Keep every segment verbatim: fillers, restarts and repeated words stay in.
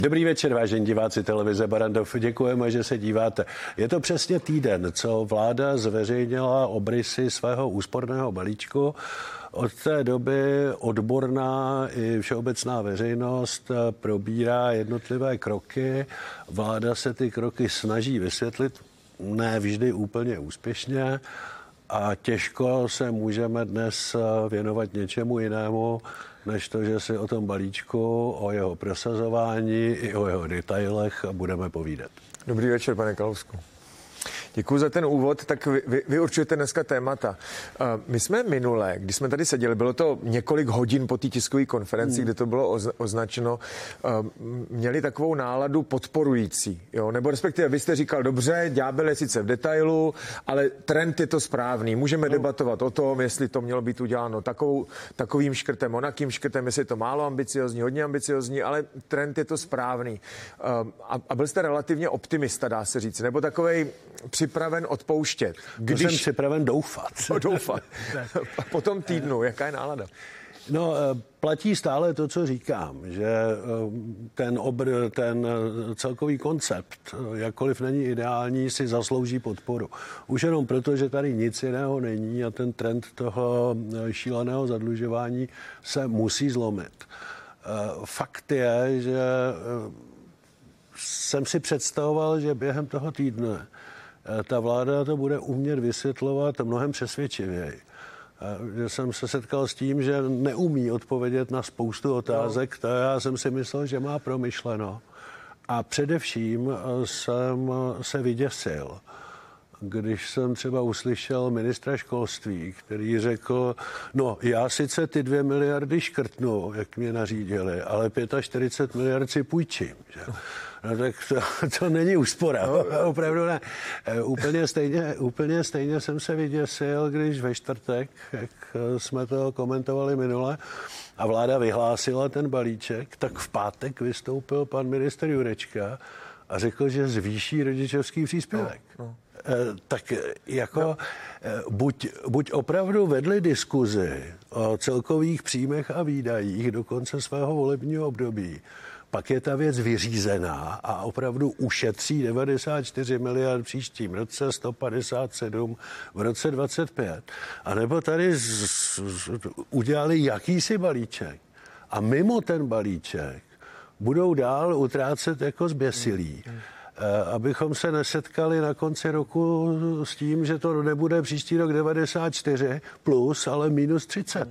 Dobrý večer, vážení diváci televize Barrandov. Děkujeme, že se díváte. Je to přesně týden, co vláda zveřejnila obrysy svého úsporného balíčku. Od té doby odborná i všeobecná veřejnost probírá jednotlivé kroky. Vláda se ty kroky snaží vysvětlit, ne vždy úplně úspěšně. A těžko se můžeme dnes věnovat něčemu jinému, než to, že si o tom balíčku, o jeho prosazování i o jeho detailech budeme povídat. Dobrý večer, pane Kalousku. Děkuji za ten úvod, tak vy, vy, vy určujete dneska témata. Uh, my jsme minule, když jsme tady seděli, bylo to několik hodin po té tiskové konferenci, hmm. kde to bylo oz, označeno, uh, měli takovou náladu podporující, jo? Nebo respektive vy jste říkal, dobře, ďábel je sice v detailu, ale trend je to správný. Můžeme no. debatovat o tom, jestli to mělo být uděláno takovou, takovým škrtem, onakým škrtem, jestli je to málo ambiciozní, hodně ambiciozní, ale trend je to správný. Uh, a, a byl jste relativně optimista, dá se říct, nebo takovej připraven odpouštět. Když jsem připraven doufat. No, doufat. A po tom týdnu, jaká je nálada? No, platí stále to, co říkám, že ten, obr, ten celkový koncept, jakkoliv není ideální, si zaslouží podporu. Už jenom proto, že tady nic jiného není a ten trend toho šíleného zadlužování se musí zlomit. Fakt je, že jsem si představoval, že během toho týdne ta vláda to bude umět vysvětlovat mnohem přesvědčivěji. Že jsem se setkal s tím, že neumí odpovědět na spoustu otázek, to já jsem si myslel, že má promyšleno. A především jsem se vyděsil, když jsem třeba uslyšel ministra školství, který řekl, no já sice ty dvě miliardy škrtnu, jak mě nařídili, ale čtyřicet pět miliard si půjčím. Že? No tak to, to není úspora, no, opravdu ne. Úplně stejně, úplně stejně jsem se vyděsil, když ve čtvrtek, jak jsme to komentovali minule, a vláda vyhlásila ten balíček, tak v pátek vystoupil pan ministr Jurečka a řekl, že zvýší rodičovský příspěvek. No, no. Tak jako no. buď, buď opravdu vedli diskuzi o celkových příjmech a výdajích do konce svého volebního období, pak je ta věc vyřízená a opravdu ušetří devadesát čtyři miliard v příštím roce, sto padesát sedm v roce dvacet pět. A nebo tady z, z, udělali jakýsi balíček a mimo ten balíček budou dál utrácet jako zběsilí. Abychom se nesetkali na konci roku s tím, že to nebude příští rok devadesát čtyři plus, ale minus třicet.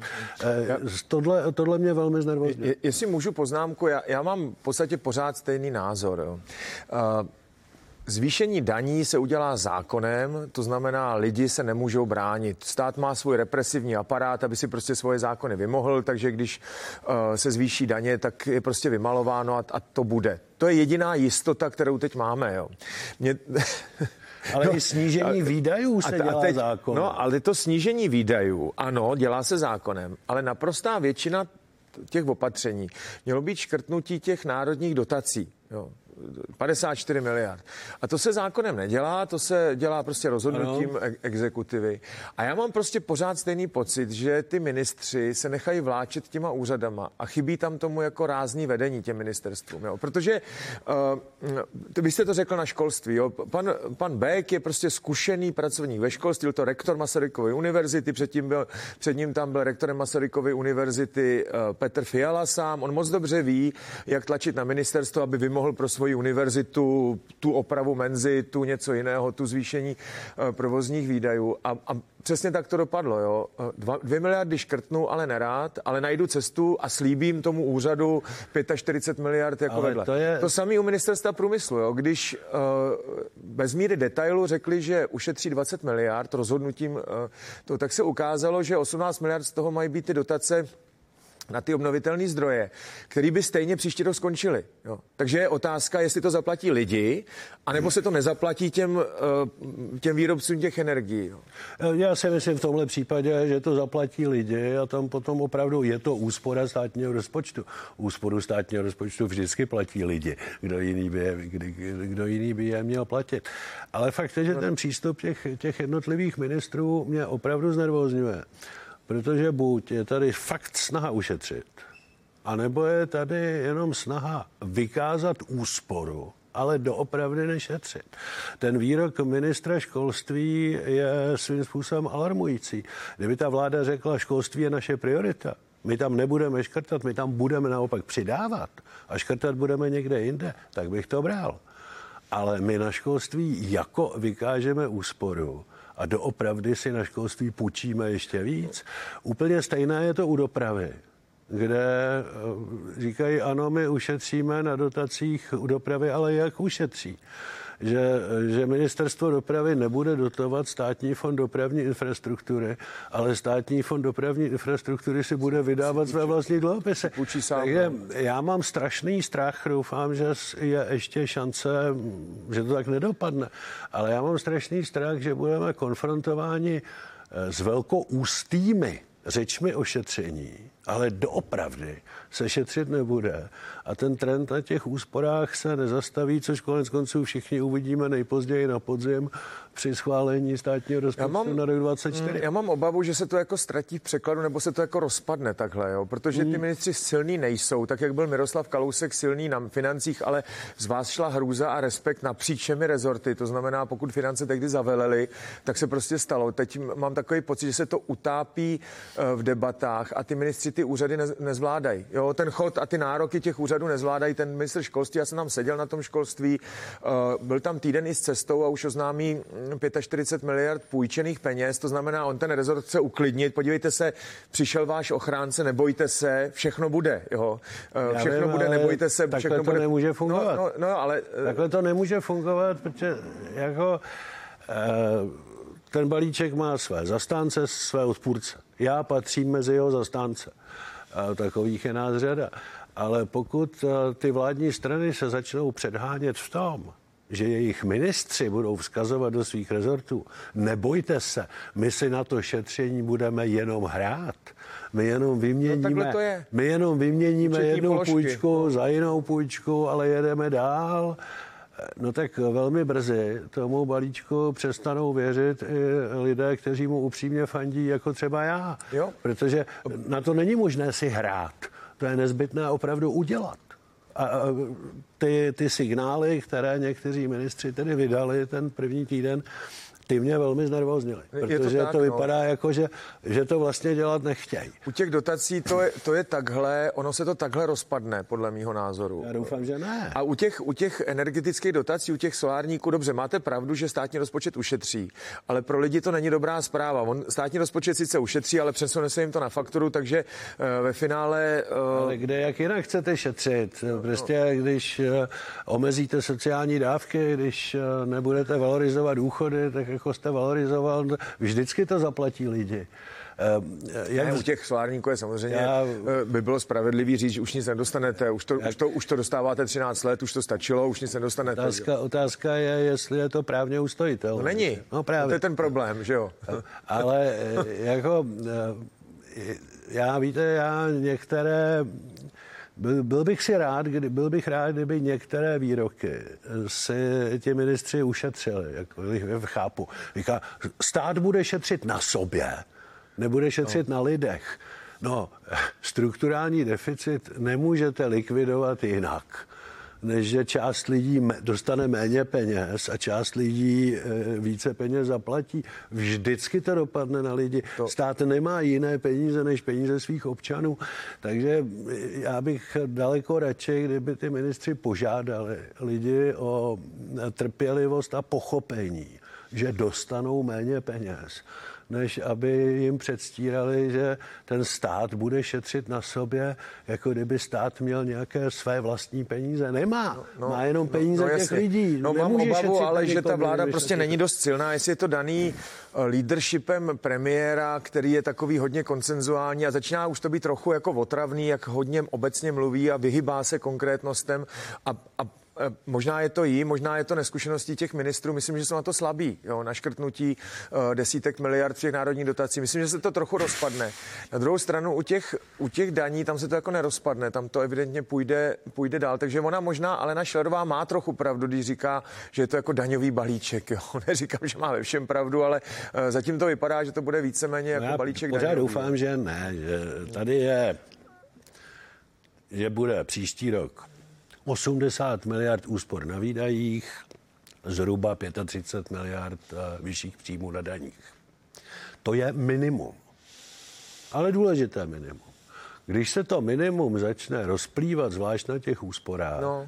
Tohle, tohle mě velmi znervozňuje. Je, jestli můžu poznámku, já, já mám v podstatě pořád stejný názor. Jo. Uh, Zvýšení daní se udělá zákonem, to znamená, lidi se nemůžou bránit. Stát má svůj represivní aparát, aby si prostě svoje zákony vymohl, takže když uh, se zvýší daně, tak je prostě vymalováno a, a to bude. To je jediná jistota, kterou teď máme. Jo. Mě... Ale no, i snížení a, výdajů se a, dělá a teď, zákonem. No, ale to snížení výdajů, ano, dělá se zákonem, ale naprostá většina těch opatření mělo být škrtnutí těch národních dotací. Jo. padesát čtyři miliard. A to se zákonem nedělá, to se dělá prostě rozhodnutím ano. exekutivy. A já mám prostě pořád stejný pocit, že ty ministři se nechají vláčet těma úřadama a chybí tam tomu jako rázný vedení těm ministerstvům. Jo. Protože uh, vy jste to řekl na školství. Jo. Pan, pan Bék je prostě zkušený pracovník ve školství, byl to rektor Masarykovy univerzity, předtím byl, před ním tam byl rektorem Masarykovy univerzity uh, Petr Fiala sám. On moc dobře ví, jak tlačit na ministerstvo, aby vymohl pro svoji univerzitu tu opravu menzy, tu něco jiného, tu zvýšení uh, provozních výdajů. A, a přesně tak to dopadlo. Jo. Dva, dvě miliardy škrtnu, ale nerád, ale najdu cestu a slíbím tomu úřadu čtyřicet pět miliard jako ale vedle. To, je... to samé u ministerstva průmyslu. Jo. Když uh, bez míry detailu řekli, že ušetří dvacet miliard rozhodnutím, uh, to, tak se ukázalo, že osmnáct miliard z toho mají být ty dotace na ty obnovitelné zdroje, který by stejně příští rok skončily. Jo. Takže je otázka, jestli to zaplatí lidi, anebo se to nezaplatí těm, těm výrobcům těch energií. Jo. Já si myslím v tomhle případě, že to zaplatí lidi a tam potom opravdu je to úspora státního rozpočtu. Úsporu státního rozpočtu vždycky platí lidi. Kdo jiný by je, kdy, kdo jiný by je měl platit. Ale fakt je, že ten přístup těch, těch jednotlivých ministrů mě opravdu znervózňuje. Protože buď je tady fakt snaha ušetřit, anebo je tady jenom snaha vykázat úsporu, ale doopravdy nešetřit. Ten výrok ministra školství je svým způsobem alarmující. Kdyby ta vláda řekla, školství je naše priorita, my tam nebudeme škrtat, my tam budeme naopak přidávat a škrtat budeme někde jinde, tak bych to bral. Ale my na školství jako vykážeme úsporu a doopravdy si na školství půjčíme ještě víc. Úplně stejné je to u dopravy, kde říkají, ano, my ušetříme na dotacích u dopravy, ale jak ušetří? Že, že ministerstvo dopravy nebude dotovat státní fond dopravní infrastruktury, ale státní fond dopravní infrastruktury si bude vydávat své vlastní dluhopisy. Takže já mám strašný strach, doufám, že je ještě šance, že to tak nedopadne, ale já mám strašný strach, že budeme konfrontováni s velkoústými řečmi o šetření, ale doopravdy se šetřit nebude. A ten trend na těch úsporách se nezastaví, což konec konců všichni uvidíme nejpozději na podzim při schválení státního rozpočtu mám, na rok dvacet čtyři. Já mám obavu, že se to jako ztratí v překladu, nebo se to jako rozpadne takhle, jo? Protože ty ministři silní nejsou, tak jak byl Miroslav Kalousek silný na financích, ale z vás šla hrůza a respekt napříč všemi rezorty. To znamená, pokud finance tehdy zavelely, tak se prostě stalo. Teď mám takový pocit, že se to utápí v debatách a ty ministři ty úřady nezvládají. Jo, ten chod a ty nároky těch úřadů nezvládají. Ten ministr školství, já jsem tam seděl na tom školství, byl tam týden i s cestou a už oznámí čtyřicet pět miliard půjčených peněz, to znamená, on ten rezort chce uklidnit. Podívejte se, přišel váš ochránce, nebojte se, všechno bude. Jo. Všechno vím, bude, nebojte se, takhle všechno to bude. nemůže fungovat. No, no, no, ale... Takhle to nemůže fungovat, protože jako ten balíček má své zastánce, své odpůrce. Já patřím mezi jeho zastánce. A takových je nás řada. Ale pokud ty vládní strany se začnou předhánět v tom, že jejich ministři budou vzkazovat do svých rezortů, nebojte se, my si na to šetření budeme jenom hrát. My jenom vyměníme, no, je. my jenom vyměníme Učetní jednu položky. půjčku za jinou půjčku, ale jedeme dál. No tak velmi brzy tomu balíčku přestanou věřit i lidé, kteří mu upřímně fandí, jako třeba já. Jo. Protože na to není možné si hrát. To je nezbytné opravdu udělat. A ty, ty signály, které někteří ministři tedy vydali ten první týden, ty mě velmi znervoznily, protože to, tak, to vypadá no. jako, že, že to vlastně dělat nechtějí. U těch dotací to je, to je takhle, ono se to takhle rozpadne, podle mýho názoru. Já doufám, že ne. A u těch, u těch energetických dotací, u těch solárníků, dobře, máte pravdu, že státní rozpočet ušetří, ale pro lidi to není dobrá zpráva. On, státní rozpočet sice ušetří, ale přesune se jim to na fakturu, takže uh, ve finále... Uh... Ale kde, jak jinak chcete šetřit? Prostě když uh, omezíte sociální dávky, když uh, nebudete valorizovat důchody, tak jako jste valorizoval, vždycky to zaplatí lidi. Jak... Ne, u těch solárníků je samozřejmě, já... by bylo spravedlivý říct, že už nic nedostanete, už to, jak... už, to, už to dostáváte třináct let, už to stačilo, už nic nedostanete. Otázka, otázka je, jestli je to právně ustojitelné. No není, no, právě. To je ten problém, že jo. Ale jako, já víte, já některé... Byl, byl bych si rád, kdy, byl bych rád, kdyby některé výroky si ti ministři ušetřili, jak chápu. Říká, stát bude šetřit na sobě, nebude šetřit no. na lidech. No, strukturální deficit nemůžete likvidovat jinak, než že část lidí dostane méně peněz a část lidí více peněz zaplatí. Vždycky to dopadne na lidi. To... Stát nemá jiné peníze než peníze svých občanů. Takže já bych daleko radši, kdyby ty ministři požádali lidi o trpělivost a pochopení, že dostanou méně peněz, než aby jim předstírali, že ten stát bude šetřit na sobě, jako kdyby stát měl nějaké své vlastní peníze. Nemá. No, no, Má jenom peníze no, no, těch jasně. lidí. No mám obavu, ale že ta vláda prostě není dost silná. Jestli je to daný leadershipem premiéra, který je takový hodně konsenzuální a začíná už to být trochu jako otravný, jak hodně obecně mluví a vyhybá se konkrétnostem a, a možná je to jí, možná je to neskušeností těch ministrů. Myslím, že jsou na to slabí, jo, na škrtnutí uh, desítek miliard všech národních dotací. Myslím, že se to trochu rozpadne. Na druhou stranu u těch, u těch daní, tam se to jako nerozpadne, tam to evidentně půjde, půjde dál. Takže ona možná, Alena Schillerová má trochu pravdu, když říká, že je to jako daňový balíček. Jo. Neříkám, že má ve všem pravdu, ale uh, zatím to vypadá, že to bude víceméně jako Já balíček pořád daňový. Doufám, že ne. Že tady je že bude příští rok osmdesát miliard úspor na výdajích, zhruba třicet pět miliard vyšších příjmů na daních. To je minimum. Ale důležité minimum. Když se to minimum začne rozplývat, zvlášť na těch úsporách, no.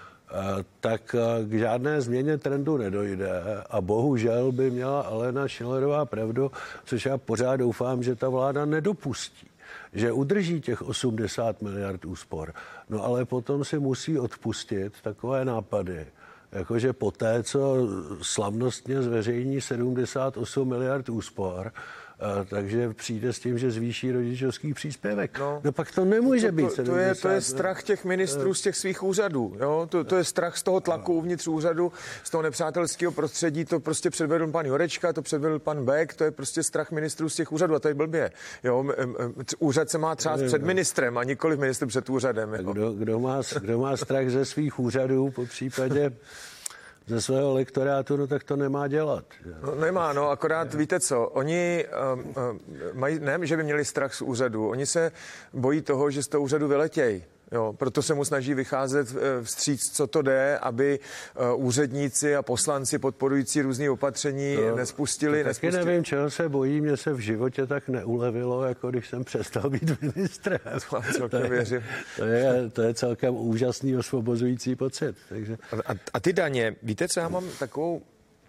tak k žádné změně trendu nedojde a bohužel by měla Alena Schillerová pravdu, což já pořád doufám, že ta vláda nedopustí, že udrží těch osmdesát miliard úspor. No ale potom si musí odpustit takové nápady, jakože poté, co slavnostně zveřejní sedmdesát osm miliard úspor, takže přijde s tím, že zvýší rodičovský příspěvek. No, no pak to nemůže to, být. To, to, je, to je strach těch ministrů z těch svých úřadů. Jo? To, to je strach z toho tlaku uvnitř úřadu, z toho nepřátelského prostředí. To prostě předvedl pan Jurečka, to předvedl pan Beck, to je prostě strach ministrů z těch úřadů. A to je blbě. Jo? Úřad se má třást před ministrem a nikoliv ministr před úřadem. Jo? Kdo, kdo, má, kdo má strach ze svých úřadů, po případě ze svého lektorátu, no tak to nemá dělat. No, nemá, no, akorát víte co, oni um, um, mají, ne, že by měli strach z úřadu, oni se bojí toho, že z toho úřadu vyletějí. Jo, proto se mu snaží vycházet vstříc, co to jde, aby uh, úředníci a poslanci podporující různý opatření no, nespustili. Taky nespustili. Nevím, čeho se bojí, mě se v životě tak neulevilo, jako když jsem přestal být ministrem. To, to, je, to, je, to je celkem úžasný osvobozující pocit. Takže... A, a ty daně, víte co, já mám takovou,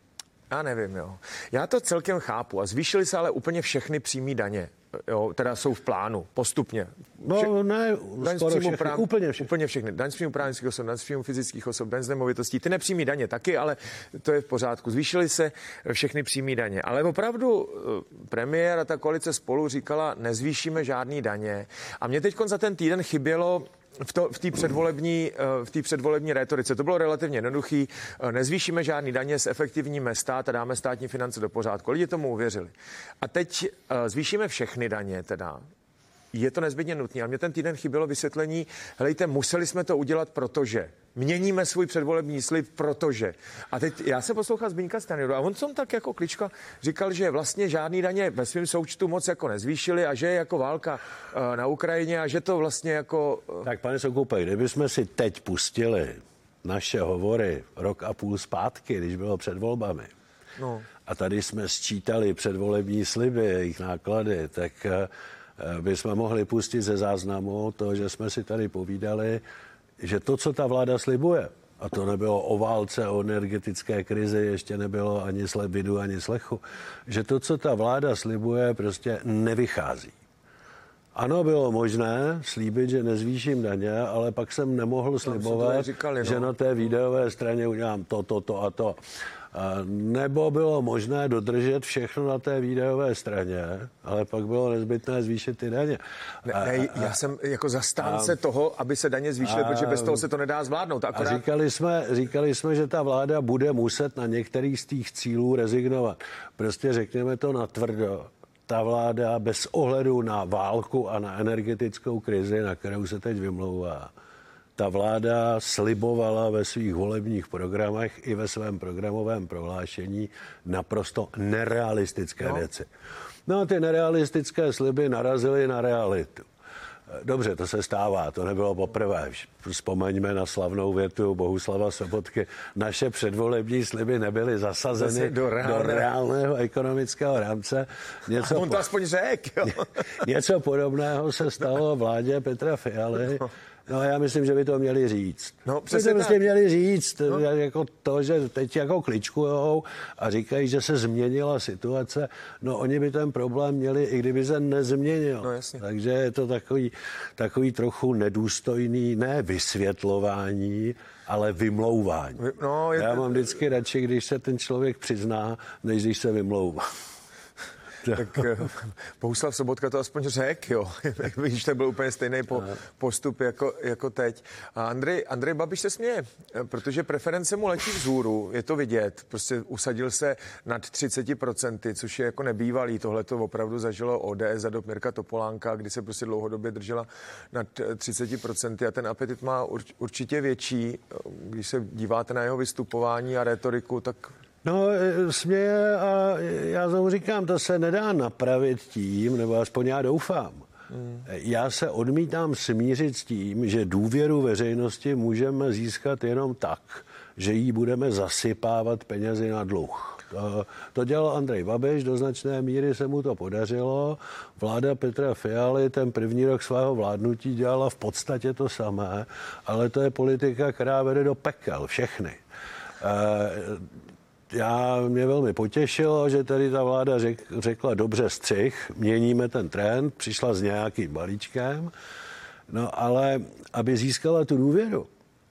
já nevím, jo. Já to celkem chápu a zvýšily se ale úplně všechny přímé daně. Jo, teda jsou v plánu, postupně. No Vše, ne, skoro všechny, práv, úplně všechny. Úplně všechny. Daň z příjmu právnických osob, daň z příjmu fyzických osob, daň z nemovitostí, ty nepřímý daně taky, ale to je v pořádku. Zvýšily se všechny přímý daně. Ale opravdu premiér a ta koalice Spolu říkala, nezvýšíme žádný daně. A mě teď za ten týden chybělo v, to, v té předvolební, v té předvolební rétorice. To bylo relativně jednoduchý. Nezvýšíme žádný daně, zefektivníme stát a dáme státní finance do pořádku. Lidi tomu uvěřili. A teď zvýšíme všechny daně teda. Je to nezbytně nutné, ale mě ten týden chybělo vysvětlení, helejte, museli jsme to udělat, protože měníme svůj předvolební slib, protože. A teď já jsem poslouchal Zbyňka Stanjuru a on jsem tak jako Klička říkal, že vlastně žádný daně ve svém součtu moc jako nezvýšili a že je jako válka uh, na Ukrajině a že to vlastně jako... Uh... Tak pane Soukupe, kdybychom si teď pustili naše hovory rok a půl zpátky, když bylo před volbami, no. a tady jsme sčítali předvolební sliby, jejich náklady, tak... Uh, bychom mohli pustit ze záznamu to, že jsme si tady povídali, že to, co ta vláda slibuje, a to nebylo o válce, o energetické krizi, ještě nebylo ani sled vidu, ani slechu, že to, co ta vláda slibuje, prostě nevychází. Ano, bylo možné slíbit, že nezvýším daně, ale pak jsem nemohl slibovat, říkali, no. že na té výdajové straně udělám to, to, to a to. Nebo bylo možné dodržet všechno na té výdajové straně, ale pak bylo nezbytné zvýšit ty daně. Ne, ne, já jsem jako zastánce a, toho, aby se daně zvýšily, a, protože bez toho se to nedá zvládnout. Akorát... A říkali jsme, říkali jsme, že ta vláda bude muset na některých z těch cílů rezignovat. Prostě řekněme to natvrdo. Ta vláda bez ohledu na válku a na energetickou krizi, na kterou se teď vymlouvá, ta vláda slibovala ve svých volebních programech i ve svém programovém prohlášení naprosto nerealistické no. věci. No ty nerealistické sliby narazily na realitu. Dobře, to se stává, to nebylo poprvé. Vzpomeňme na slavnou větu Bohuslava Sobotky. Naše předvolební sliby nebyly zasazeny do, reálné... do reálného ekonomického rámce. Něco a on to po... aspoň řek, jo. Něco podobného se stalo vládě Petra Fialy. No. No já myslím, že by to měli říct. No přesně by to prostě měli říct, no. jako to, že teď jako kličkujou a říkají, že se změnila situace. No oni by ten problém měli, i kdyby se nezměnil. No, jasně. Takže je to takový, takový trochu nedůstojný, ne vysvětlování, ale vymlouvání. No, je... Já mám vždycky radši, když se ten člověk přizná, než když se vymlouvá. Tak Bohuslav Sobotka to aspoň řek, jo. Víš, to byl úplně stejný po, postup jako, jako teď. A Andrej, Andrej Babiš se směje, protože preference mu letí vzhůru, je to vidět. Prostě usadil se nad třicet procent, což je jako nebývalý. Tohle to opravdu zažilo O D S za dob Mirka Topolánka, kdy se prostě dlouhodobě držela nad třicet procent a ten apetit má urč, určitě větší. Když se díváte na jeho vystupování a retoriku, tak... No, směje a já znovu říkám, to se nedá napravit tím, nebo aspoň já doufám, Hmm. Já se odmítám smířit s tím, že důvěru veřejnosti můžeme získat jenom tak, že jí budeme zasypávat penězi na dluh. To, to dělal Andrej Babiš, do značné míry se mu to podařilo. Vláda Petra Fialy ten první rok svého vládnutí dělala v podstatě to samé, ale to je politika, která vede do pekel všechny. Já mě velmi potěšilo, že tady ta vláda řek, řekla dobře střih, měníme ten trend, přišla s nějakým balíčkem, no ale aby získala tu důvěru,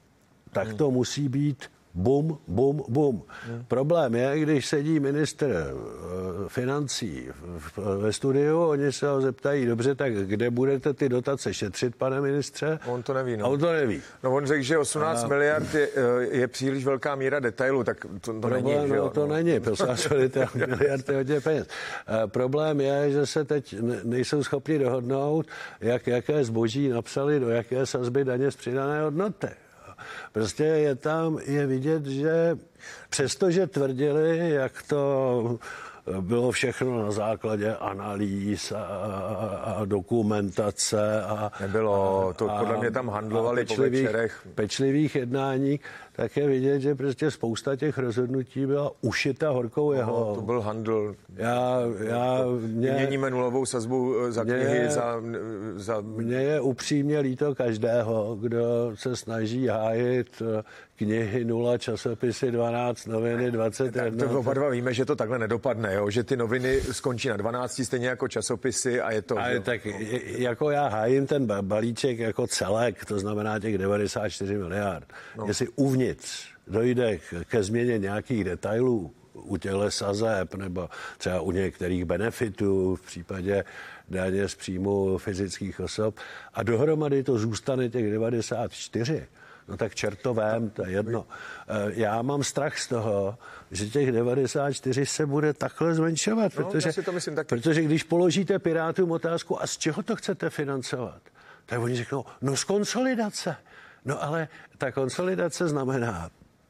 tak to musí být bum, bum, bum. Hmm. Problém je, když sedí ministr uh, financí v, v, ve studiu, oni se ho zeptají, dobře, tak kde budete ty dotace šetřit, pane ministře? On to neví. No. A on to neví. No on řekl, že osmnáct a... miliard je, je příliš velká míra detailu, tak to, to problém, není. Že no, jo? to no. není, osmnáct miliard je hodně peněz. Uh, problém je, že se teď ne, nejsou schopni dohodnout, jak, jaké zboží napsali do jaké sazby daně z přidané hodnoty. Prostě je tam, je vidět, že přestože tvrdili, jak to bylo všechno na základě analýz a, a, a dokumentace. A, Nebylo, to a, podle mě tam handlovali po večerech. Pečlivých jednání, tak je vidět, že prostě spousta těch rozhodnutí byla ušita horkou jeho. No, to byl handl. Já, já, mě, Měníme nulovou sazbu za mě, knihy, za, za... Mně je upřímně líto každého, kdo se snaží hájit knihy nula, časopisy dvanáct, noviny dvacet jedna. Tak to oba dva víme, že to takhle nedopadne, jo? Že ty noviny skončí na dvanácti, stejně jako časopisy a je to... Ale tak jako já hájím ten balíček jako celek, to znamená těch devadesát čtyři miliard. No. Jestli uvnitř dojde ke změně nějakých detailů u těchto sazeb nebo třeba u některých benefitů v případě daně z příjmu fyzických osob a dohromady to zůstane těch devadesát čtyři, no tak čertovém, to je jedno. Já mám strach z toho, že těch devadesát čtyři se bude takhle zmenšovat, no, protože, to myslím taky. protože když položíte Pirátům otázku, a z čeho to chcete financovat, tak oni řeknou, no z konsolidace. No ale ta konsolidace znamená,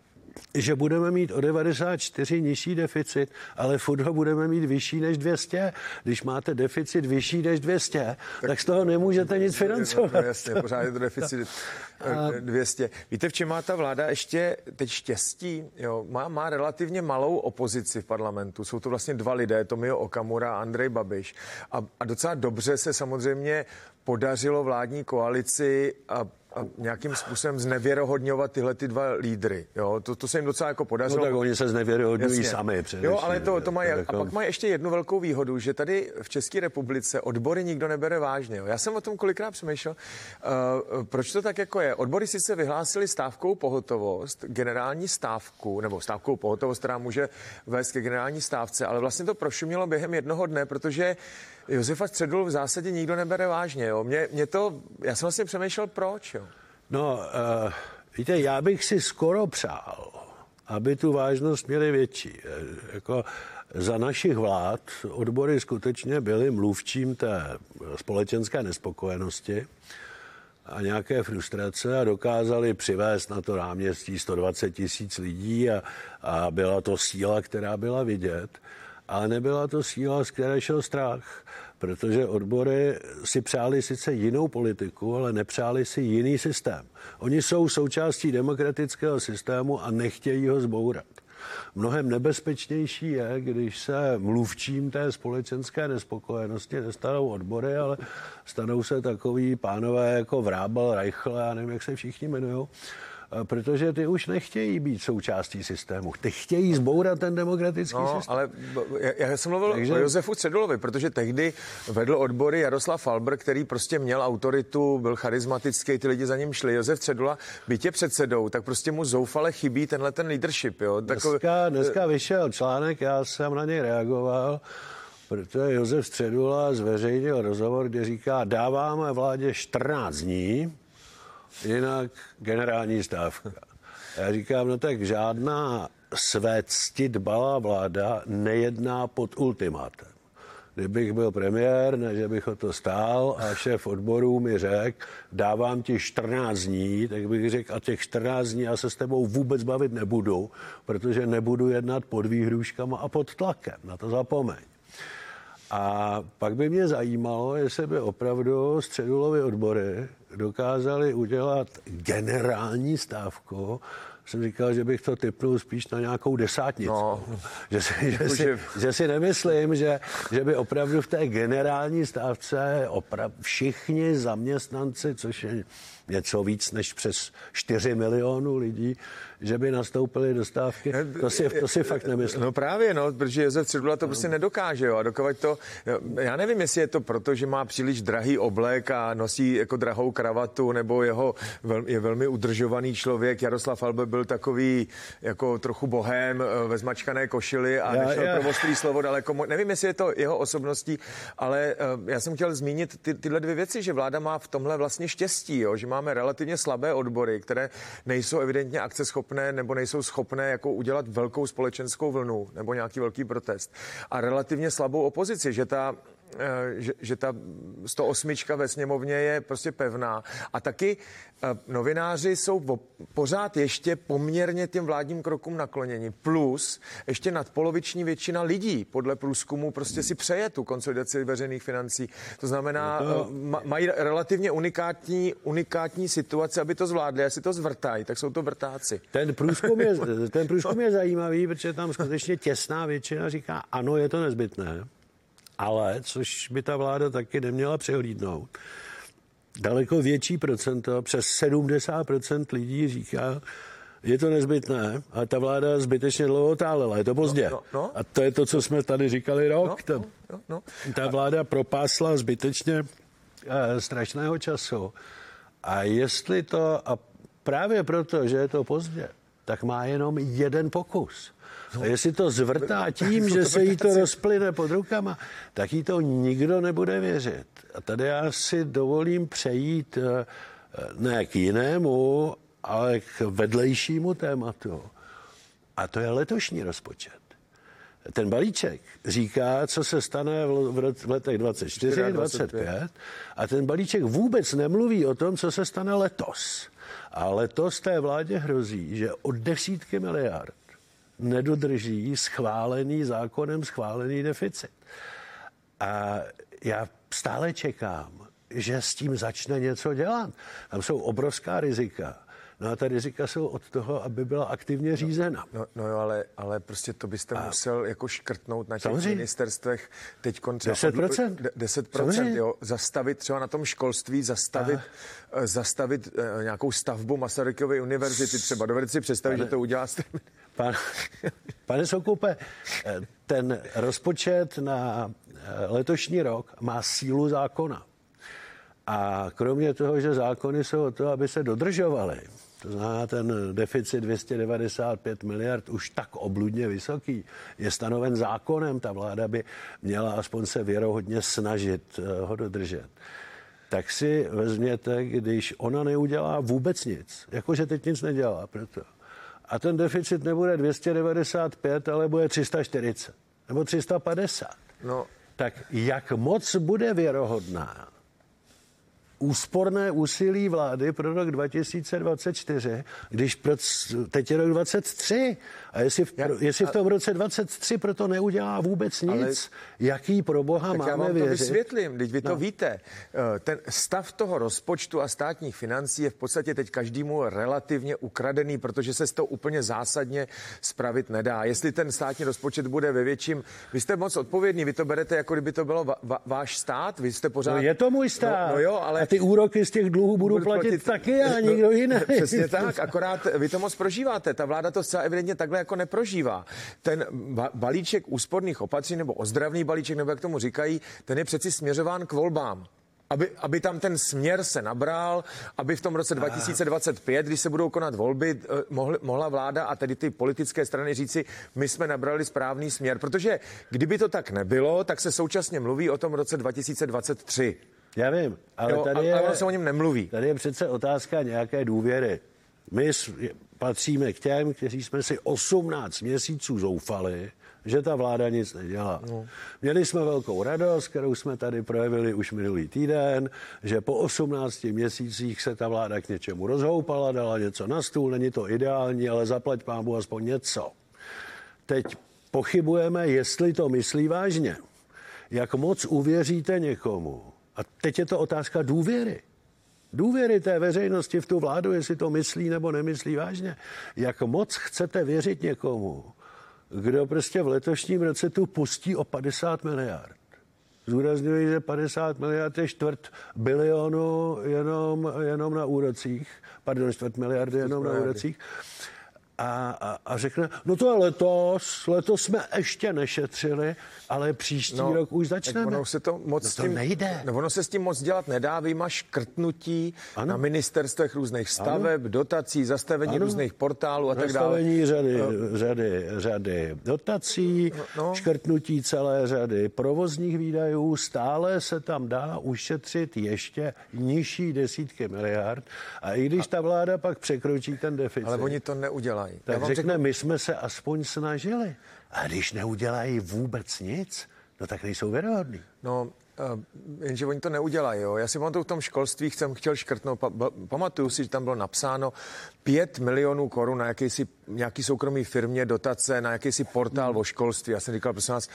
že budeme mít o devadesát čtyři nižší deficit, ale furt ho budeme mít vyšší než dvě stě. Když máte deficit vyšší než dvě stě, tak, tak z toho nemůžete nic financovat. No, jasně, pořád je to deficit dvě stě. Víte, v čem má ta vláda ještě teď štěstí? Jo, má, má relativně malou opozici v parlamentu. Jsou to vlastně dva lidé, Tomio Okamura a Andrej Babiš. A, a docela dobře se samozřejmě podařilo vládní koalici a a nějakým způsobem znevěrohodňovat tyhle ty dva lídry. Jo, to, to se jim docela jako podařilo. No tak oni se znevěrohodňují sami především. Jo, ale to, to mají, a pak mají ještě jednu velkou výhodu, že tady v České republice odbory nikdo nebere vážně. Jo. Já jsem o tom kolikrát přemýšlel, uh, proč to tak jako je. Odbory sice vyhlásili stávkou pohotovost, generální stávku, nebo stávkou pohotovost, která může vést ke generální stávce, ale vlastně to prošumělo během jednoho dne, protože Josefa Středulu v zásadě nikdo nebere vážně. Jo. Mě, mě to, já jsem vlastně přemýšlel, proč. Jo. No, uh, víte, já bych si skoro přál, aby tu vážnost měli větší. Jako za našich vlád odbory skutečně byly mluvčím té společenské nespokojenosti a nějaké frustrace a dokázali přivést na to náměstí sto dvacet tisíc lidí a, a byla to síla, která byla vidět, ale nebyla to síla, z které šel strach. Protože odbory si přáli sice jinou politiku, ale nepřáli si jiný systém. Oni jsou součástí demokratického systému a nechtějí ho zbourat. Mnohem nebezpečnější je, když se mluvčím té společenské nespokojenosti nestanou odbory, ale stanou se takový pánové jako Vrábel, Reichl, já nevím, jak se všichni jmenujou, protože ty už nechtějí být součástí systému. Ty chtějí zbourat ten demokratický no, systém. Ale já, já jsem mluvil Takže... o Josefu Středulovi, protože tehdy vedl odbory Jaroslav Falber, který prostě měl autoritu, byl charismatický, ty lidi za ním šli. Josef Středula, byť je předsedou, tak prostě mu zoufale chybí tenhle ten leadership. Jo? Takový... Dneska, dneska vyšel článek, já jsem na něj reagoval, protože Josef Středula zveřejnil rozhovor, kde říká, dáváme vládě čtrnáct dní, jinak generální stávka. Já říkám, no tak žádná své cti dbalá vláda nejedná pod ultimátem. Kdybych byl premiér, ne, že bych o to stál a šéf odborů mi řekl, dávám ti čtrnáct dní, tak bych řekl, a těch čtrnáct dní já se s tebou vůbec bavit nebudu, protože nebudu jednat pod výhrůžkama a pod tlakem. Na to zapomeň. A pak by mě zajímalo, jestli by opravdu středulové odbory dokázali udělat generální stávku. Jsem říkal, že bych to tipnul spíš na nějakou desátnici. No. Že, si, že, si, že si nemyslím, že, že by opravdu v té generální stávce opra- všichni zaměstnanci, což je něco víc než přes čtyři milionů lidí, že by nastoupili do stávky. To si, to si fakt nemyslím. No právě, no, protože Josef Středula to prostě nedokáže, jo, a dokovat to, já nevím, jestli je to proto, že má příliš drahý oblek a nosí jako drahou kravatu, nebo jeho je velmi udržovaný člověk. Jaroslav Halbe byl takový jako trochu bohém ve zmačkané košili a já, nešel já. pro ostrý slovo daleko. Nevím, jestli je to jeho osobností, ale já jsem chtěl zmínit ty, tyhle dvě věci, že vláda má v tomhle vlastně štěstí, jo, že máme relativně slabé odbory, které nejsou evidentně akceschopné nebo nejsou schopné jako udělat velkou společenskou vlnu nebo nějaký velký protest. A relativně slabou opozici, že ta Že, že ta sto osm ve sněmovně je prostě pevná. A taky novináři jsou pořád ještě poměrně těm vládním krokům nakloněni. Plus ještě nadpoloviční většina lidí podle průzkumu prostě si přeje tu konsolidaci veřejných financí. To znamená, to... mají relativně unikátní, unikátní situaci, aby to zvládli. Jestli to zvrtají, tak jsou to vrtáci. Ten průzkum je, ten průzkum je zajímavý, protože tam skutečně těsná většina říká, ano, je to nezbytné. Ale, což by ta vláda taky neměla přehlídnout, daleko větší procento, přes sedmdesát procent lidí říká, je to nezbytné, ale ta vláda zbytečně dlouho otálela, je to pozdě. No, no, no. A to je to, co jsme tady říkali rok. No, no, no. Ta vláda propásla zbytečně eh, strašného času. A jestli to, a právě proto, že je to pozdě, tak má jenom jeden pokus. A jestli to zvrtá tím, že se jí to rozplyne pod rukama, tak jí to nikdo nebude věřit. A tady já si dovolím přejít ne k jinému, ale k vedlejšímu tématu. A to je letošní rozpočet. Ten balíček říká, co se stane v letech dvacet čtyři, dvacet pět a ten balíček vůbec nemluví o tom, co se stane letos. A letos té vládě hrozí, že od desítky miliard nedodrží schválený zákonem schválený deficit. A já stále čekám, že s tím začne něco dělat. Tam jsou obrovská rizika. No a ta rizika jsou od toho, aby byla aktivně řízena. No, no jo, ale, ale prostě to byste a musel jako škrtnout na těch samozřejmě ministerstvech teď třeba deset procent. deset procent, jo. Zastavit třeba na tom školství, zastavit, a zastavit uh, nějakou stavbu Masarykovy univerzity třeba. Dovedete si představit, pane, že to udělá s Pan, pane Soukupe, ten rozpočet na letošní rok má sílu zákona. A kromě toho, že zákony jsou o to, aby se dodržovaly, to znamená ten deficit dvě stě devadesát pět miliard už tak obludně vysoký, je stanoven zákonem, ta vláda by měla aspoň se věrohodně snažit ho dodržet. Tak si vezměte, když ona neudělá vůbec nic, jakože teď nic nedělá proto, a ten deficit nebude dvě stě devadesát pět, ale bude tři sta čtyřicet nebo tři sta padesát. No. Tak jak moc bude věrohodná úsporné úsilí vlády pro rok dva tisíce dvacet čtyři, když pro, teď je rok dvacet tři a jestli v, já, jestli v tom roce dvacet tři proto neudělá vůbec nic, ale, jaký pro boha máme věřit? Já vám to vysvětlím, teď vy to no. víte. Ten stav toho rozpočtu a státních financí je v podstatě teď každému relativně ukradený, protože se z toho úplně zásadně spravit nedá. Jestli ten státní rozpočet bude ve větším, vy jste moc odpovědní, vy to berete jako kdyby to bylo va, va, váš stát, vy jste pořád... No je to můj stát. No, no jo, ale... A ty úroky z těch dluhů budu, budu platit, platit taky a nikdo jiný. Přesně tak, akorát vy to moc prožíváte. Ta vláda to zcela evidentně takhle jako neprožívá. Ten balíček úsporných opatření nebo ozdravný balíček, nebo jak tomu říkají, ten je přeci směřován k volbám. Aby, aby tam ten směr se nabral, aby v tom roce dva tisíce dvacet pět, když se budou konat volby, mohli, mohla vláda a tedy ty politické strany říci, my jsme nabrali správný směr. Protože kdyby to tak nebylo, tak se současně mluví o tom roce dva tisíce dvacet tři. Já vím, ale jo, tady, ale je, se o něm nemluví. Tady je přece otázka nějaké důvěry. My patříme k těm, kteří jsme si osmnáct měsíců zoufali, že ta vláda nic nedělá. No. Měli jsme velkou radost, kterou jsme tady projevili už minulý týden, že po osmnácti měsících se ta vláda k něčemu rozhoupala, dala něco na stůl, není to ideální, ale zaplať pámu aspoň něco. Teď pochybujeme, jestli to myslí vážně. jak moc uvěříte někomu. A teď je to otázka důvěry. Důvěry té veřejnosti v tu vládu, jestli to myslí nebo nemyslí vážně. Jak moc chcete věřit někomu, kdo prostě v letošním roce tu pustí o padesát miliard. Zúrazňuji, že padesát miliard je čtvrt bilionu jenom, jenom na úrocích. Pardon, čtvrt miliardy jenom na úrocích. A, a, a řekne, no to je letos, letos jsme ještě nešetřili, ale příští no, rok už začneme. Ono se to moc no to s tím, nejde. No ono se s tím moc dělat nedá, vyjma škrtnutí ano. na ministerstvech různých staveb, ano. dotací, zastavení ano. různých portálů a tak dále. Zastavení řady, no. řady, řady dotací, no, no. škrtnutí celé řady provozních výdajů, stále se tam dá ušetřit ještě nižší desítky miliard a i když a... ta vláda pak překročí ten deficit. Ale oni to neudělají. Tak řekne, řeknu... my jsme se aspoň snažili. A když neudělají vůbec nic, no tak nejsou věrohodný. No, uh, jenže oni to neudělají. Jo. Já si pamatuju v tom školství, jsem chtěl škrtnout, pa, pa, pamatuju si, že tam bylo napsáno pět milionů korun na jakýsi, nějaký soukromý firmě dotace, na jakýsi portál hmm. o školství. Já jsem říkal, prosím vás,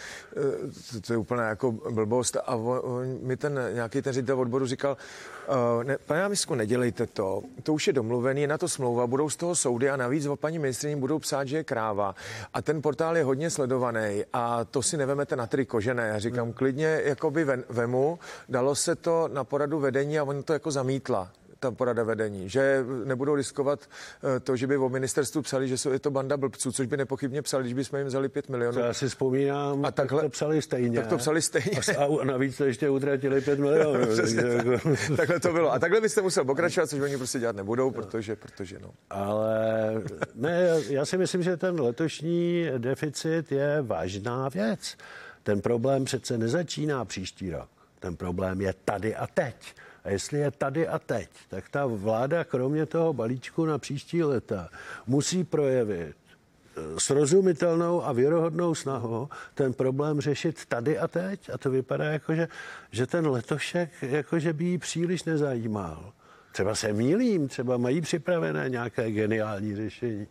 to, to je úplně jako blbost. A on, mi ten nějaký ten ředitel odboru říkal, uh, ne, pane náměstku, nedělejte to, to už je domluvený, je na to smlouva, budou z toho soudy a navíc o paní ministryni budou psát, že je kráva. A ten portál je hodně sledovaný a to si nevemete na triko, že ne? Já říkám, hmm. klidně jakoby ven, vemu, dalo se to na poradu vedení a on to jako zamítla. Ta porada vedení, že nebudou riskovat to, že by o ministerstvu psali, že jsou, je to banda blbců, což by nepochybně psali, když bychom jim vzali pět milionů. To já si vzpomínám, a takhle, tak to psali stejně. Tak to psali stejně. A navíc to ještě utratili pět milionů. tak. Takhle to bylo. A takhle byste musel pokračovat, což oni prostě dělat nebudou, protože, protože no. Ale ne, já si myslím, že ten letošní deficit je vážná věc. Ten problém přece nezačíná příští rok. Ten problém je tady a teď. A jestli je tady a teď, tak ta vláda kromě toho balíčku na příští léta musí projevit srozumitelnou a věrohodnou snahu ten problém řešit tady a teď. A to vypadá jako, že, že ten letošek jakože by jí příliš nezajímal. Třeba se mýlím, třeba mají připravené nějaké geniální řešení.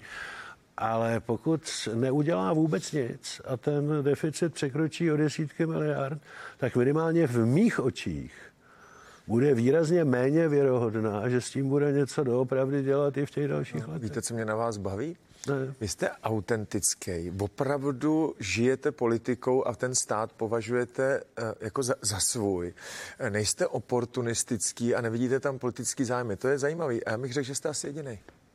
Ale pokud neudělá vůbec nic a ten deficit překročí o desítky miliard, tak minimálně v mých očích bude výrazně méně věrohodná, že s tím bude něco doopravdy dělat i v těch dalších no, letech. Víte, co mě na vás baví? Ne. Vy jste autentický, opravdu žijete politikou a ten stát považujete uh, jako za, za svůj. Nejste oportunistický a nevidíte tam politický zájmy. To je zajímavý. A já bych řekl, že jste asi jedinej.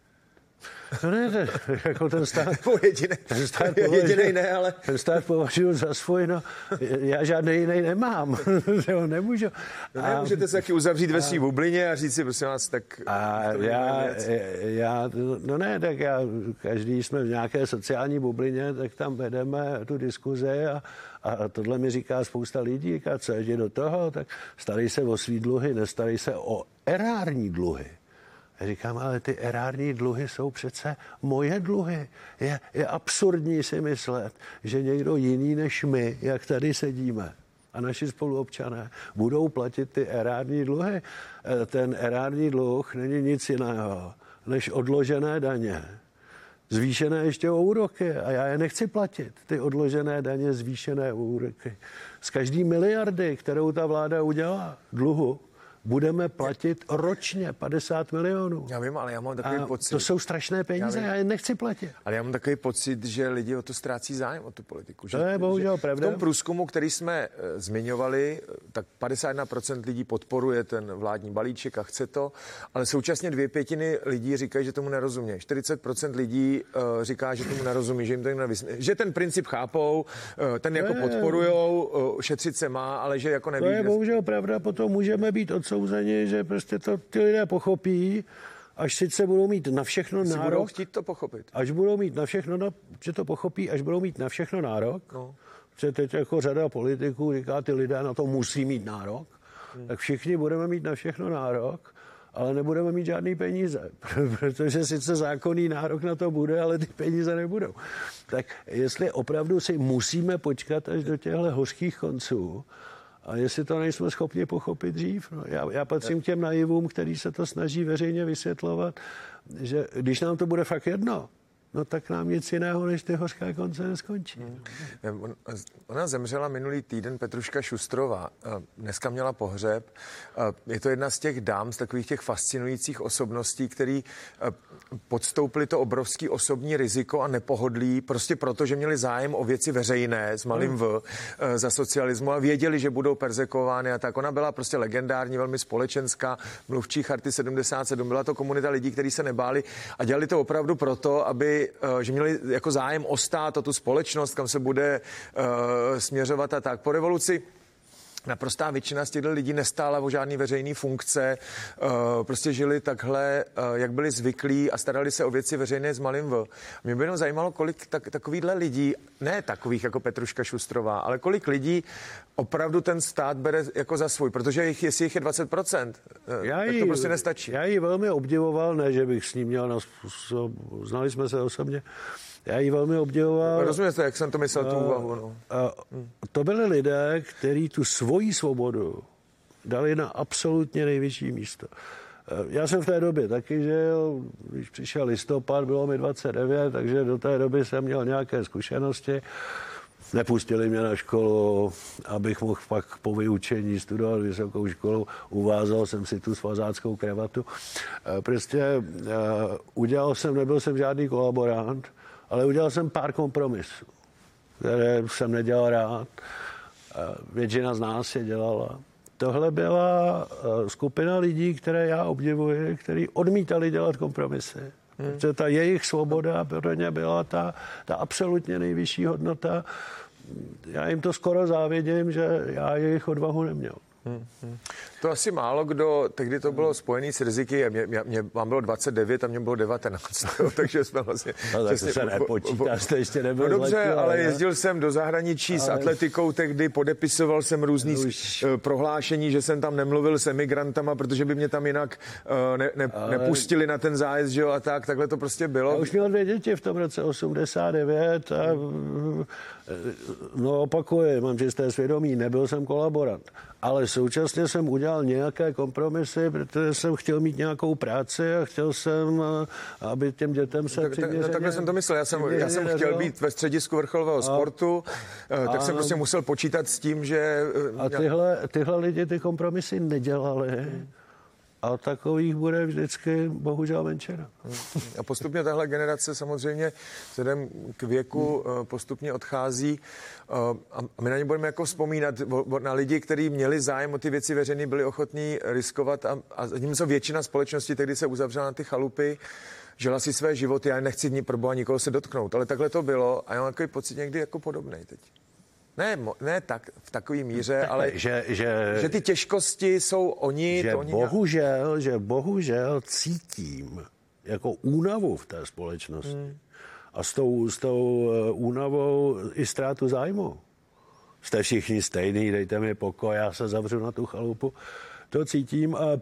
No ne, ne, jako ten stát... jedinej, ten stát považuji, jedinej ne, ale... Ten stát považuji za svůj, no, já žádný jiný nemám, nemůžu. No ne, můžete se taky uzavřít ve svý bublině a říct si, prosím vás, tak... A já, já, no ne, tak já, každý jsme v nějaké sociální bublině, tak tam vedeme tu diskuzi a, a tohle mi říká spousta lidí, říká, co jde do toho, tak starej se o svý dluhy, nestarej se o erární dluhy. Já říkám, ale ty erární dluhy jsou přece moje dluhy. Je, je absurdní si myslet, že někdo jiný než my, jak tady sedíme, a naši spoluobčané, budou platit ty erární dluhy. Ten erární dluh není nic jiného, než odložené daně, zvýšené ještě o úroky. A já je nechci platit, ty odložené daně, zvýšené o úroky. Z každý miliardy, kterou ta vláda udělá dluhu, budeme platit ročně padesát milionů. Já vím, ale já mám takový a pocit... To jsou strašné peníze, já, já je nechci platit. Ale já mám takový pocit, že lidi o to ztrácí zájem, o tu politiku. To že, je bohužel pravda. V tom průzkumu, který jsme uh, zmiňovali, tak padesát jedna procent lidí podporuje ten vládní balíček a chce to, ale současně dvě pětiny lidí říkají, že tomu nerozumí. čtyřicet procent lidí uh, říká, že tomu nerozumí, že jim to jim nevysvětlí. Že ten princip chápou, uh, ten jako podporujou, uh, šetřit se má, ale že jako neví... To je bohužel pravda, potom můžeme být odsouzený, že prostě to ty lidé pochopí, až sice budou mít na všechno Asi nárok. Budou chtít to pochopit. Až budou mít na všechno, na, že to pochopí, až budou mít na všechno nárok. No. Že teď jako řada politiků říká, ty lidé na to musí mít nárok. Hmm. Tak všichni budeme mít na všechno nárok, ale nebudeme mít žádný peníze. Protože sice zákonný nárok na to bude, ale ty peníze nebudou. Tak jestli opravdu si musíme počkat až do těchto hořkých konců, a jestli to nejsme schopni pochopit dřív, no já, já patřím k těm naivům, který se to snaží veřejně vysvětlovat, že když nám to bude fakt jedno, no tak nám nic jiného, než ty hořké konce neskončí. Hmm. Ona zemřela minulý týden, Petruška Šustrová. Dneska měla pohřeb. Je to jedna z těch dám, z takových těch fascinujících osobností, který podstoupili to obrovský osobní riziko a nepohodlí, prostě proto, že měli zájem o věci veřejné s malým V za socialismu a věděli, že budou perzekvovány a tak. Ona byla prostě legendární, velmi společenská, mluvčí Charty sedmdesát sedm. Byla to komunita lidí, kteří se nebáli a dělali to opravdu proto, aby, že měli jako zájem o stát, o tu společnost, kam se bude uh, směřovat a tak. Po revoluci naprostá většina z těchto lidí nestála o žádný veřejný funkce, uh, prostě žili takhle, uh, jak byli zvyklí a starali se o věci veřejné s malým V. Mě by jenom zajímalo, kolik tak, takovýchhle lidí, ne takových jako Petruška Šustrová, ale kolik lidí opravdu ten stát bere jako za svůj, protože jich, jestli jich je dvacet procent, já tak jí, to prostě nestačí. Já ji velmi obdivoval, ne, že bych s ním měl, na, znali jsme se osobně, já ji velmi obdivoval. Rozumíte, jak jsem to myslel, tu úvahu. No. A to byli lidé, kteří tu svoji svobodu dali na absolutně nejvyšší místo. Já jsem v té době taky žil, když přišel listopad, bylo mi dvacet devět, takže do té doby jsem měl nějaké zkušenosti. Nepustili mě na školu, abych mohl pak po vyučení studovat vysokou školu. Uvázal jsem si tu svazáckou kravatu. Prostě udělal jsem, nebyl jsem žádný kolaborant, ale udělal jsem pár kompromisů, které jsem nedělal rád. Většina z nás je dělala. Tohle byla skupina lidí, které já obdivuji, kteří odmítali dělat kompromisy. Hmm. Protože ta jejich svoboda pro ně byla ta, ta absolutně nejvyšší hodnota. Já jim to skoro závidím, že já jejich odvahu neměl. Hmm, hmm. To asi málo kdo, tehdy to bylo spojený s riziky, mě, mě, mě, vám bylo dvacet devět a mě bylo devatenáct, takže jsme vlastně... No tak to se nepočítá, jste ještě nebyl no dobře, zletí, ale jezdil jsem do zahraničí ale... s atletikou tehdy, podepisoval jsem různý už... prohlášení, že jsem tam nemluvil s emigrantama, protože by mě tam jinak uh, ne, ne, ale... nepustili na ten zájezd, že jo, a tak, takhle to prostě bylo. Já už měl dvě děti v tom roce osmdesát devět a no opakuji, mám čisté svědomí, nebyl jsem kolaborant. Ale současně jsem udělal nějaké kompromisy, protože jsem chtěl mít nějakou práci a chtěl jsem, aby těm dětem se tak, přiměřeně... No, takhle jsem to myslel. Já jsem, já jsem chtěl být ve středisku vrcholového a, sportu, tak a, jsem prostě musel počítat s tím, že... A tyhle, tyhle lidi ty kompromisy nedělali. Hmm. A takových bude vždycky bohužel menšina. A postupně tahle generace samozřejmě vzhledem k věku postupně odchází a my na ně budeme jako vzpomínat na lidi, kteří měli zájem o ty věci veřejné, byli ochotní riskovat a, a zatímco většina společnosti tehdy se uzavřela na ty chalupy, žila si své životy, já nechci ní pro boha nikoho se dotknout, ale takhle to bylo a já mám takový pocit někdy jako podobnej teď. Ne, ne tak, v takové míře, tak, ale že, že, že ty těžkosti jsou oni... Že to oni bohužel, nějak... že bohužel cítím jako únavu v té společnosti. Hmm. A s tou, s tou únavou i ztrátu zájmu. Jste všichni stejný, dejte mi pokoj, já se zavřu na tu chalupu. To cítím a,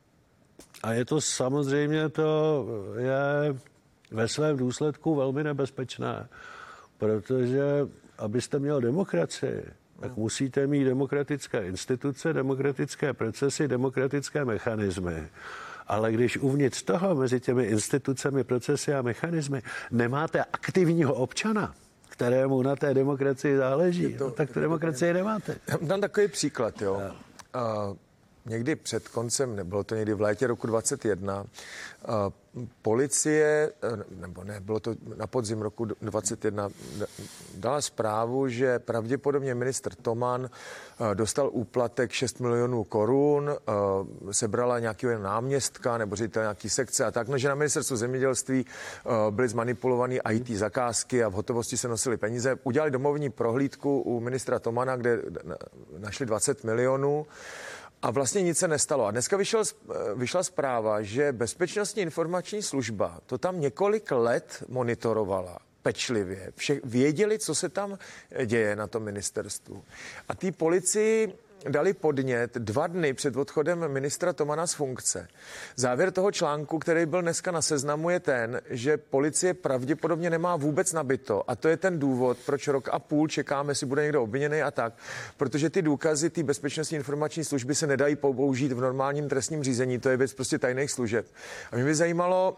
a je to samozřejmě, to je ve svém důsledku velmi nebezpečné, protože abyste měl demokracii, tak musíte mít demokratické instituce, demokratické procesy, demokratické mechanismy. Ale když uvnitř toho, mezi těmi institucemi, procesy a mechanismy, nemáte aktivního občana, kterému na té demokracii záleží, to, no, tak tu demokracii nemáte. Dám takový příklad, jo. Uh, někdy před koncem, nebylo to někdy v létě roku dvacet jedna, uh, policie, nebo ne, bylo to na podzim roku dvacet jedna, dala zprávu, že pravděpodobně ministr Toman dostal úplatek šest milionů korun, sebrala nějakého náměstka nebo ředitel nějaký sekce a tak, no, že na ministerstvu zemědělství byly zmanipulované í té zakázky a v hotovosti se nosily peníze. Udělali domovní prohlídku u ministra Tomana, kde našli dvacet milionů. A vlastně nic se nestalo. A dneska vyšel, vyšla zpráva, že Bezpečnostní informační služba to tam několik let monitorovala pečlivě. Vše, věděli, co se tam děje na tom ministerstvu. A té policii dali podnět dva dny před odchodem ministra Tomana z funkce. Závěr toho článku, který byl dneska na Seznamu, je ten, že policie pravděpodobně nemá vůbec nabito a to je ten důvod, proč rok a půl čekáme, jestli bude někdo obviněný a tak, protože ty důkazy té bezpečnostní informační služby se nedají použít v normálním trestním řízení, to je věc prostě tajných služeb. A mě by zajímalo,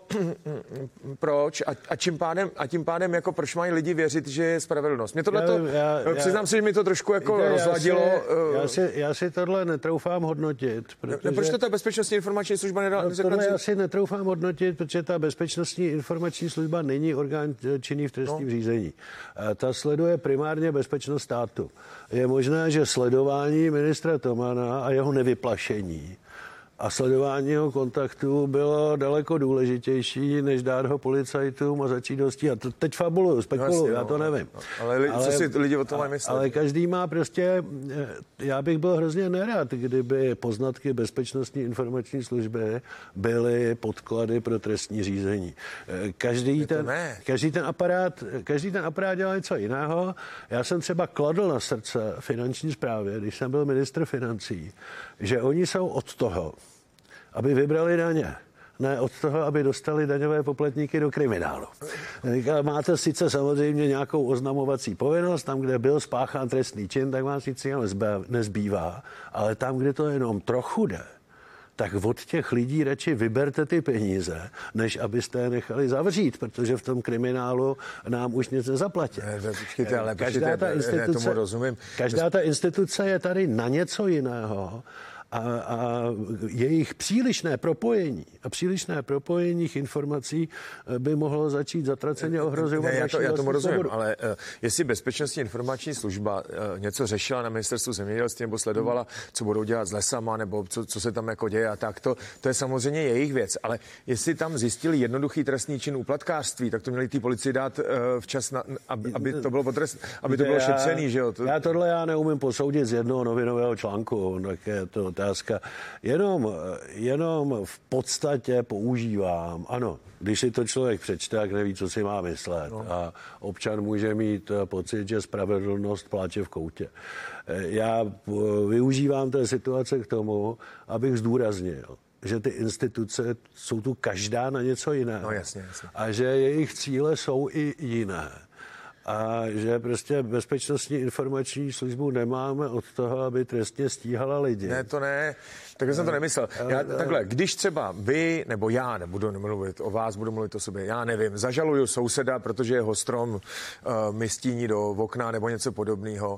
proč a, a, čím pádem, a tím pádem jako proč mají lidi věřit, že je spravedlnost. Mě tohle to, přiznám si, že mi to trošku jako já rozladilo. Si, já, si, já si tohle netroufám hodnotit. Protože, ne, proč to ta bezpečnostní informační služba nedala? No, tohle já si netroufám hodnotit, protože ta bezpečnostní informační služba není orgán činný v trestním no. řízení. Ta sleduje primárně bezpečnost státu. Je možné, že sledování ministra Tomana a jeho nevyplašení a sledování jeho kontaktu bylo daleko důležitější, než dát ho policajtům a začít ho stíhat. To teď fabuluju, spekuluju, no, já to nevím. No, ale, li, ale co si lidi o tom mají myslet? Ale každý má prostě, já bych byl hrozně nerad, kdyby poznatky bezpečnostní informační služby byly podklady pro trestní řízení. Každý ten, každý ten aparát, každý ten aparát dělá něco jiného. Já jsem třeba kladl na srdce finanční správě, když jsem byl ministr financí, že oni jsou od toho, aby vybrali daně. Ne od toho, aby dostali daňové poplatníky do kriminálu. Máte sice samozřejmě nějakou oznamovací povinnost, tam, kde byl spáchán trestný čin, tak vám sice nezbývá, ale tam, kde to jenom trochu jde, tak od těch lidí radši vyberte ty peníze, než abyste je nechali zavřít, protože v tom kriminálu nám už nic nezaplatí. Počkejte, ale každá ta instituce, tomu rozumím. Každá ta instituce je tady na něco jiného. A, a jejich přílišné propojení a přílišné propojení informací by mohlo začít zatraceně ohrozovat. Ne, já, to, já tomu rozumím, svobodu. Ale uh, jestli bezpečnostní informační služba uh, něco řešila na ministerstvu zemědělství nebo sledovala, co budou dělat s lesama nebo co, co se tam jako děje a tak, to, to je samozřejmě jejich věc. Ale jestli tam zjistili jednoduchý trestný čin úplatkářství, tak to měli ty policii dát uh, včas, na, aby, aby to bylo potrest, aby to bylo já, šetřený, že jo? To... Já tohle já neumím posoudit z jednoho novinového článku, tak je to otázka. Jenom, jenom v podstatě používám, ano, když si to člověk přečte, tak neví, co si má myslet. No. A občan může mít pocit, že spravedlnost pláče v koutě. Já využívám té situace k tomu, abych zdůraznil, že ty instituce jsou tu každá na něco jiné. No, jasně, jasně. A že jejich cíle jsou i jiné. A že prostě bezpečnostní informační službu nemáme od toho, aby trestně stíhala lidi. Ne, to ne. Takhle jsem to nemyslel. Já, takhle, když třeba vy, nebo já, nebudu mluvit o vás, budu mluvit o sobě, já nevím, zažaluju souseda, protože jeho strom uh, mi stíní do okna nebo něco podobného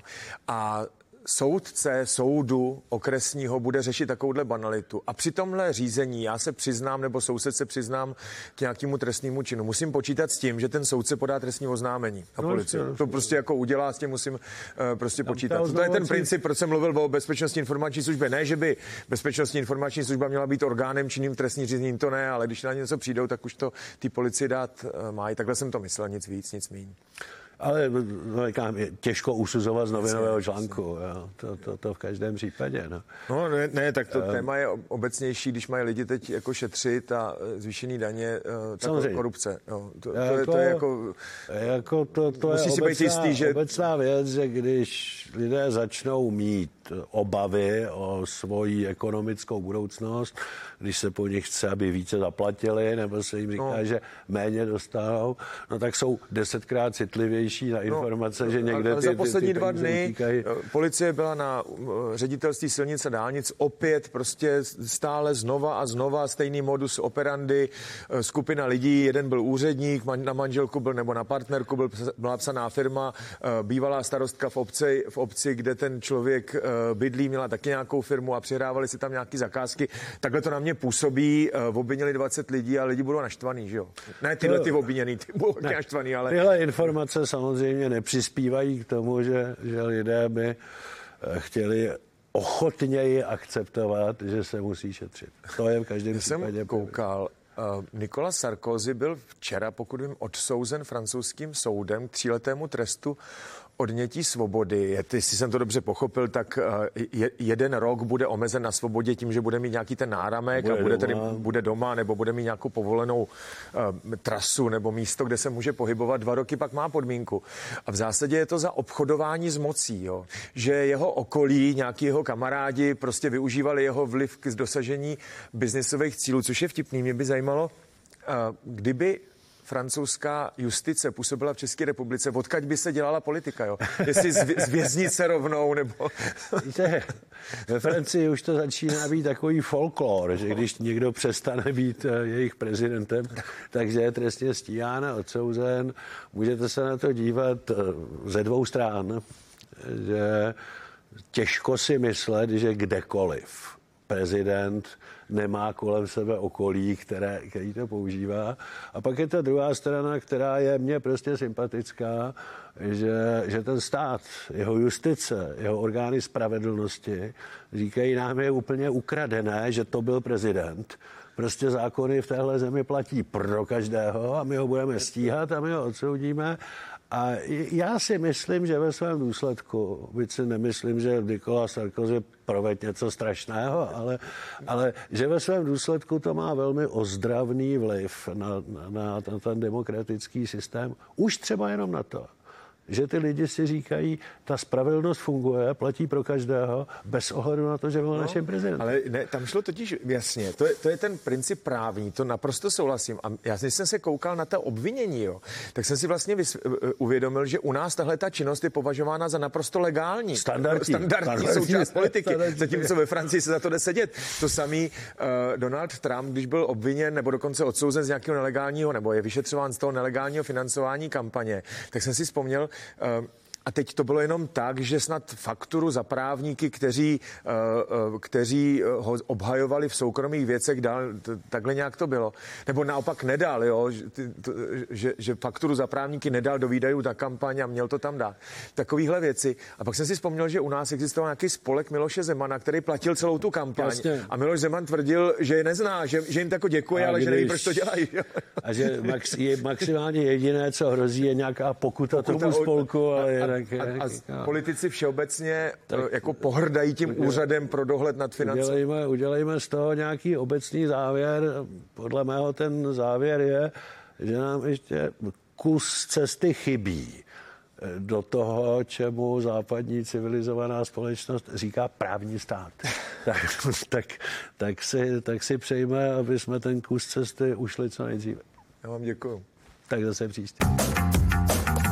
a soudce soudu okresního bude řešit takovouhle banalitu. A při tomhle řízení já se přiznám, nebo soused se přiznám k nějakému trestnému činu. Musím počítat s tím, že ten soudce podá trestní oznámení na policii. To prostě jako udělá, s tím musím uh, prostě počítat. To je ten princip, proč jsem mluvil o bezpečnostní informační službě. Ne, že by bezpečnostní informační služba měla být orgánem činným trestní řízení, to ne, ale když na něco přijdou, tak už to ty policii dát uh, mají. Takhle jsem to myslel, nic víc, nic míň. Ale no, je těžko usuzovat z novinového článku. Jo. To, to, to v každém případě. No, no ne, ne, tak to um, téma je obecnější, když mají lidi teď jako šetřit a zvýšený daně, tak korupce. No, to, to, jako, je, to je jako... jako to, to je obecná, jistý, že... obecná věc, že když lidé začnou mít obavy o svoji ekonomickou budoucnost, když se po nich chce, aby více zaplatili, nebo se jim říká, no. že méně dostanou, no tak jsou desetkrát citlivější na informace, no, že někde ale ty, za poslední ty, ty dva dny utíkají. Policie byla na ředitelství silnice dálnic opět prostě stále znova a znova stejný modus operandi, skupina lidí, jeden byl úředník, na manželku byl nebo na partnerku byl, byla psaná firma, bývalá starostka v obci, v obci, kde ten člověk bydlí, měla taky nějakou firmu a přihrávali si tam nějaký zakázky. Takhle to na mě působí, obvinili dvacet lidí a lidi budou naštvaný, že jo? Ne tyhle ty obviněný, ty budou taky naštvaný, ale... Tyhle informace samozřejmě nepřispívají k tomu, že, že lidé by chtěli ochotněji akceptovat, že se musí šetřit. To je v každém případě. Já jsem koukal, uh, Nicolas Sarkozy byl včera, pokud vím, odsouzen francouzským soudem k tříletému trestu odnětí svobody, jestli jsem to dobře pochopil, tak je, jeden rok bude omezen na svobodě tím, že bude mít nějaký ten náramek bude a bude, tedy, bude doma, nebo bude mít nějakou povolenou uh, trasu nebo místo, kde se může pohybovat. Dva roky pak má podmínku. A v zásadě je to za obchodování s mocí, jo? Že jeho okolí, nějaký jeho kamarádi prostě využívali jeho vliv k dosažení biznisových cílů, což je vtipný. Mě by zajímalo, uh, kdyby francouzská justice působila v České republice, odkud by se dělala politika, jo? Jestli z, z věznice rovnou, nebo... Víte, ve Francii už to začíná být takový folklor, že když někdo přestane být jejich prezidentem, takže je trestně stíhán a odsouzen. Můžete se na to dívat ze dvou stran, že těžko si myslet, že kdekoliv prezident nemá kolem sebe okolí, které, který to používá. A pak je ta druhá strana, která je mně prostě sympatická, že, že ten stát, jeho justice, jeho orgány spravedlnosti říkají, nám je úplně ukradené, že to byl prezident. Prostě zákony v téhle zemi platí pro každého a my ho budeme stíhat a my ho odsoudíme. A já si myslím, že ve svém důsledku, byť si nemyslím, že Nicolas Sarkozy provedl něco strašného, ale, ale že ve svém důsledku to má velmi ozdravný vliv na, na, na ten demokratický systém. Už třeba jenom na to, že ty lidi si říkají, ta spravedlnost funguje, platí pro každého, bez ohledu na to, že byl no, naším prezidentem. Ale ne, tam šlo totiž, jasně, to je, to je ten princip právní, to naprosto souhlasím. A já když jsem se koukal na to obvinění, jo, tak jsem si vlastně vys, uvědomil, že u nás tahle ta činnost je považována za naprosto legální. Standardní. Standardní, standardní součást politiky. Standardní. Zatímco ve Francii se za to jde sedět. To samý uh, Donald Trump, když byl obviněn nebo dokonce odsouzen z nějakého nelegálního, nebo je vyšetřován z toho nelegálního financování kampaně, tak jsem si vzpomněl, Uh, a teď to bylo jenom tak, že snad fakturu za právníky, kteří, uh, uh, kteří ho obhajovali v soukromých věcech, dal, t- takhle nějak to bylo. Nebo naopak nedal, jo, že, t- že, že fakturu za právníky nedal do výdajů na kampaň a měl to tam dát. Takovýhle věci. A pak jsem si vzpomněl, že u nás existoval nějaký spolek Miloše Zemana, který platil celou tu kampaň. Jasně. A Miloš Zeman tvrdil, že je nezná, že, že jim tako děkuje, a ale když, že neví, proč to dělají. A že max, je maximálně jediné, co hrozí, je nějaká pokuta, pokuta tomu spolku, ale a, a, a politici všeobecně tak, jako pohrdají tím udělej, úřadem pro dohled nad financemi. Udělejme, udělejme z toho nějaký obecný závěr. Podle mého ten závěr je, že nám ještě kus cesty chybí do toho, čemu západní civilizovaná společnost říká právní stát. tak, tak, tak, si, tak si přejme, aby jsme ten kus cesty ušli co nejdříve. Já vám děkuju. Tak zase příště.